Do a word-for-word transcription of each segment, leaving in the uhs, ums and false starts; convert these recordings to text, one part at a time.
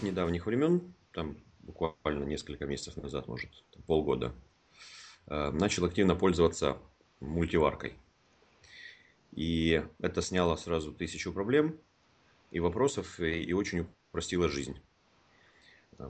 недавних времен, там буквально несколько месяцев назад, может, полгода, э, начал активно пользоваться мультиваркой. И это сняло сразу тысячу проблем и вопросов, и, и очень упростило жизнь. Э,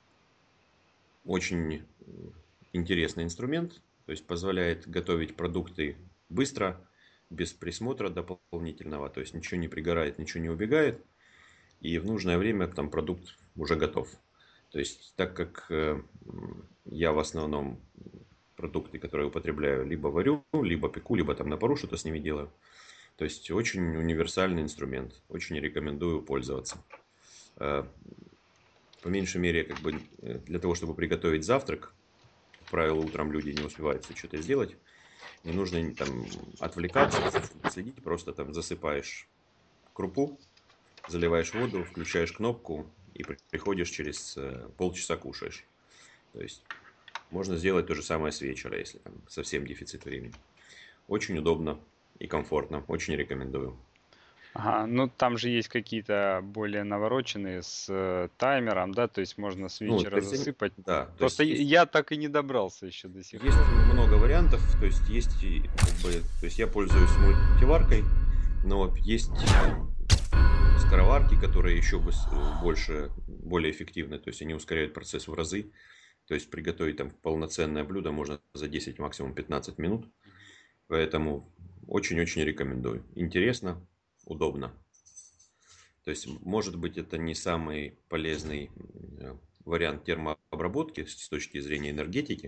Очень интересный инструмент, то есть позволяет готовить продукты быстро, без присмотра дополнительного, то есть ничего не пригорает, ничего не убегает, и в нужное время там продукт уже готов. То есть, так как э, я в основном продукты, которые употребляю, либо варю, либо пеку, либо там на пару что-то с ними делаю. То есть, очень универсальный инструмент. Очень рекомендую пользоваться. Э, По меньшей мере, как бы э, для того, чтобы приготовить завтрак, как правило, утром люди не успевают все что-то сделать. Не нужно там отвлекаться, следить, просто там засыпаешь крупу, заливаешь воду, включаешь кнопку и при- приходишь через э, полчаса кушаешь. То есть можно сделать то же самое с вечера, если там совсем дефицит времени. Очень удобно и комфортно. Очень рекомендую. Ага, ну там же есть какие-то более навороченные с э, таймером, да, то есть можно с Ну, вечера персоне- засыпать. да, то Просто есть я есть, я так и не добрался еще до сих есть пор. много вариантов. То есть есть и, как бы, то есть я пользуюсь мультиваркой, но есть скороварки, которые еще быс- больше, более эффективны. То есть они ускоряют процесс в разы. То есть приготовить там полноценное блюдо можно за десять, максимум пятнадцать минут. Поэтому очень-очень рекомендую. Интересно, удобно. То есть, может быть, это не самый полезный э, вариант термообработки с точки зрения энергетики,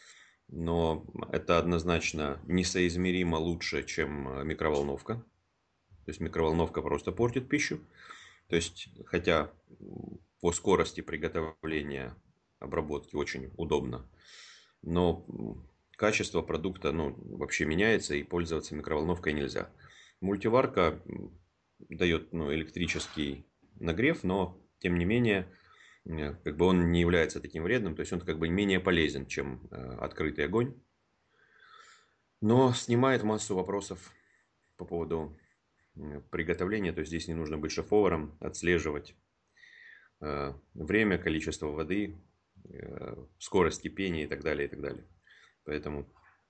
но это однозначно несоизмеримо лучше, чем э, микроволновка. То есть микроволновка просто портит пищу. То есть, хотя по скорости приготовления обработки очень удобно, но качество продукта, ну, вообще меняется, и пользоваться микроволновкой нельзя. Мультиварка дает, ну, электрический нагрев, но тем не менее э, как бы он не является таким вредным, то есть он как бы менее полезен, чем э, открытый огонь, но снимает массу вопросов по поводу э, приготовления, то есть здесь не нужно быть шеф-поваром, отслеживать э, время, количество воды, э, скорость кипения и так далее, и так далее. Поэтому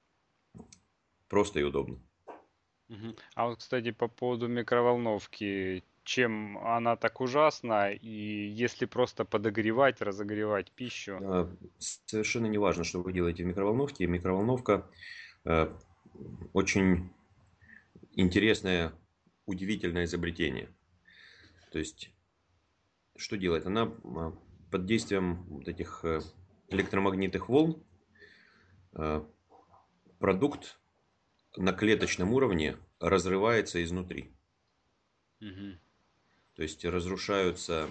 просто и удобно. Мгм. А вот, кстати, по поводу микроволновки, чем она так ужасна, и если просто подогревать, разогревать пищу? Э, Совершенно не важно, что вы делаете в микроволновке. Микроволновка э, очень интересное, удивительное изобретение. То есть, что делает? Она а, под действием вот этих э, электромагнитных волн э, продукт на клеточном уровне разрывается изнутри. Мгм. То есть разрушаются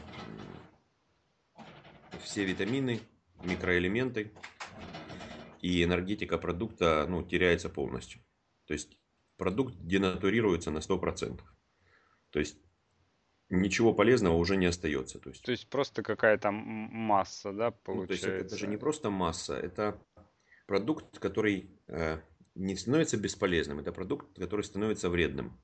все витамины, микроэлементы, и энергетика продукта, ну, теряется полностью. То есть продукт денатурируется на сто процентов. То есть ничего полезного уже не остается. То есть, То есть просто какая-то м- масса, да, ну, то есть это даже не получается. просто масса, это продукт, который э, не становится бесполезным, это продукт, который становится вредным.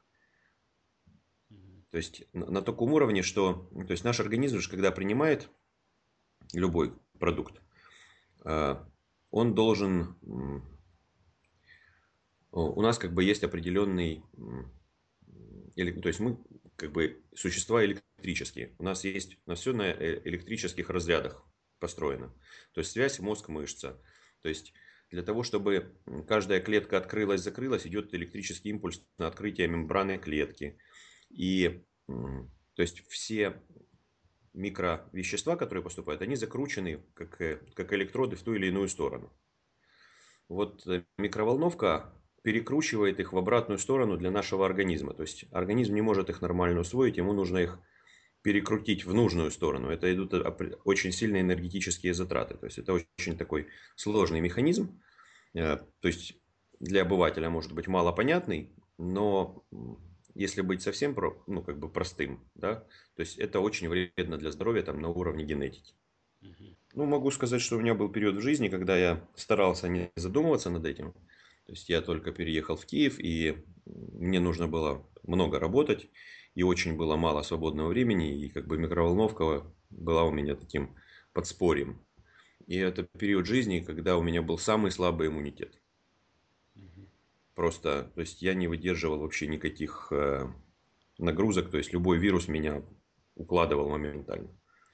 Мгм. То есть на, на таком уровне, что, то есть наш организм же, когда принимает любой продукт, э, он должен, у нас как бы есть определенный, то есть мы как бы существа электрические. У нас есть, у нас все на э, электрических разрядах построено. То есть связь мозг-мышца. То есть для того, чтобы каждая клетка открылась, закрылась, идет электрический импульс на открытие мембраны клетки. И то есть все микровещества, которые поступают, они закручены как, э, как электроды в ту или иную сторону. Вот э, микроволновка перекручивает их в обратную сторону для нашего организма. То есть организм не может их нормально усвоить, ему нужно их перекрутить в нужную сторону. Это идут очень сильные энергетические затраты. То есть это очень такой сложный механизм. Э, То есть для обывателя может быть мало понятный, но если быть совсем про, ну, как бы простым, да, то есть это очень вредно для здоровья там, на уровне генетики. Мгм. Ну, могу сказать, что у меня был период в жизни, когда я старался не задумываться над этим. То есть я только переехал в Киев, и мне нужно было много работать. и очень было мало свободного времени, и как бы микроволновка была у меня таким подспорьем. И это период жизни, когда у меня был самый слабый иммунитет. Мгм. Просто, то есть я не выдерживал вообще никаких э, нагрузок, то есть любой вирус меня укладывал моментально.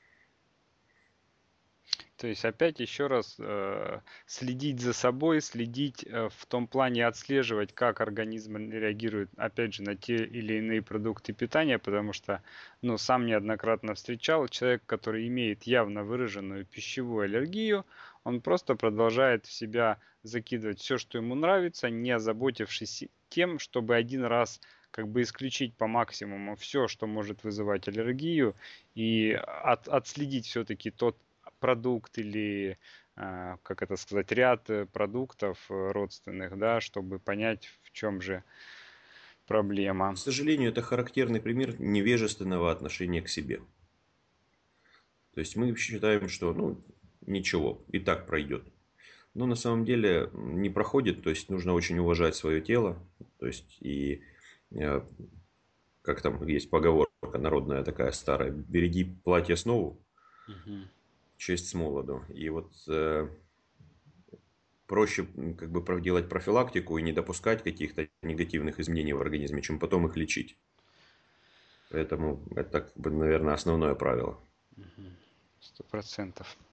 То есть опять еще раз э, следить за собой, следить э, в том плане отслеживать, как организм реагирует, опять же, на те или иные продукты питания, потому что, ну, сам неоднократно встречал человек, который имеет явно выраженную пищевую аллергию, он просто продолжает в себя закидывать все, что ему нравится, не озаботившись тем, чтобы один раз как бы исключить по максимуму все, что может вызывать аллергию, и от, отследить все-таки тот продукт или, а, как это сказать, ряд э, продуктов э, родственных, да, чтобы понять, в чем же К проблема. сожалению, это характерный пример невежественного отношения к себе. То есть мы считаем, что ну, ничего, и так пройдет. Но на самом деле не проходит, то есть нужно очень уважать свое тело. То есть и э, как там есть поговорка народная такая старая, береги платье с нову, Мгм. честь с молоду. И вот э, проще м, как бы про- делать профилактику и не допускать каких-то негативных изменений в организме, чем потом их лечить. Поэтому это, как бы, наверное, основное правило. Мгм. Сто процентов.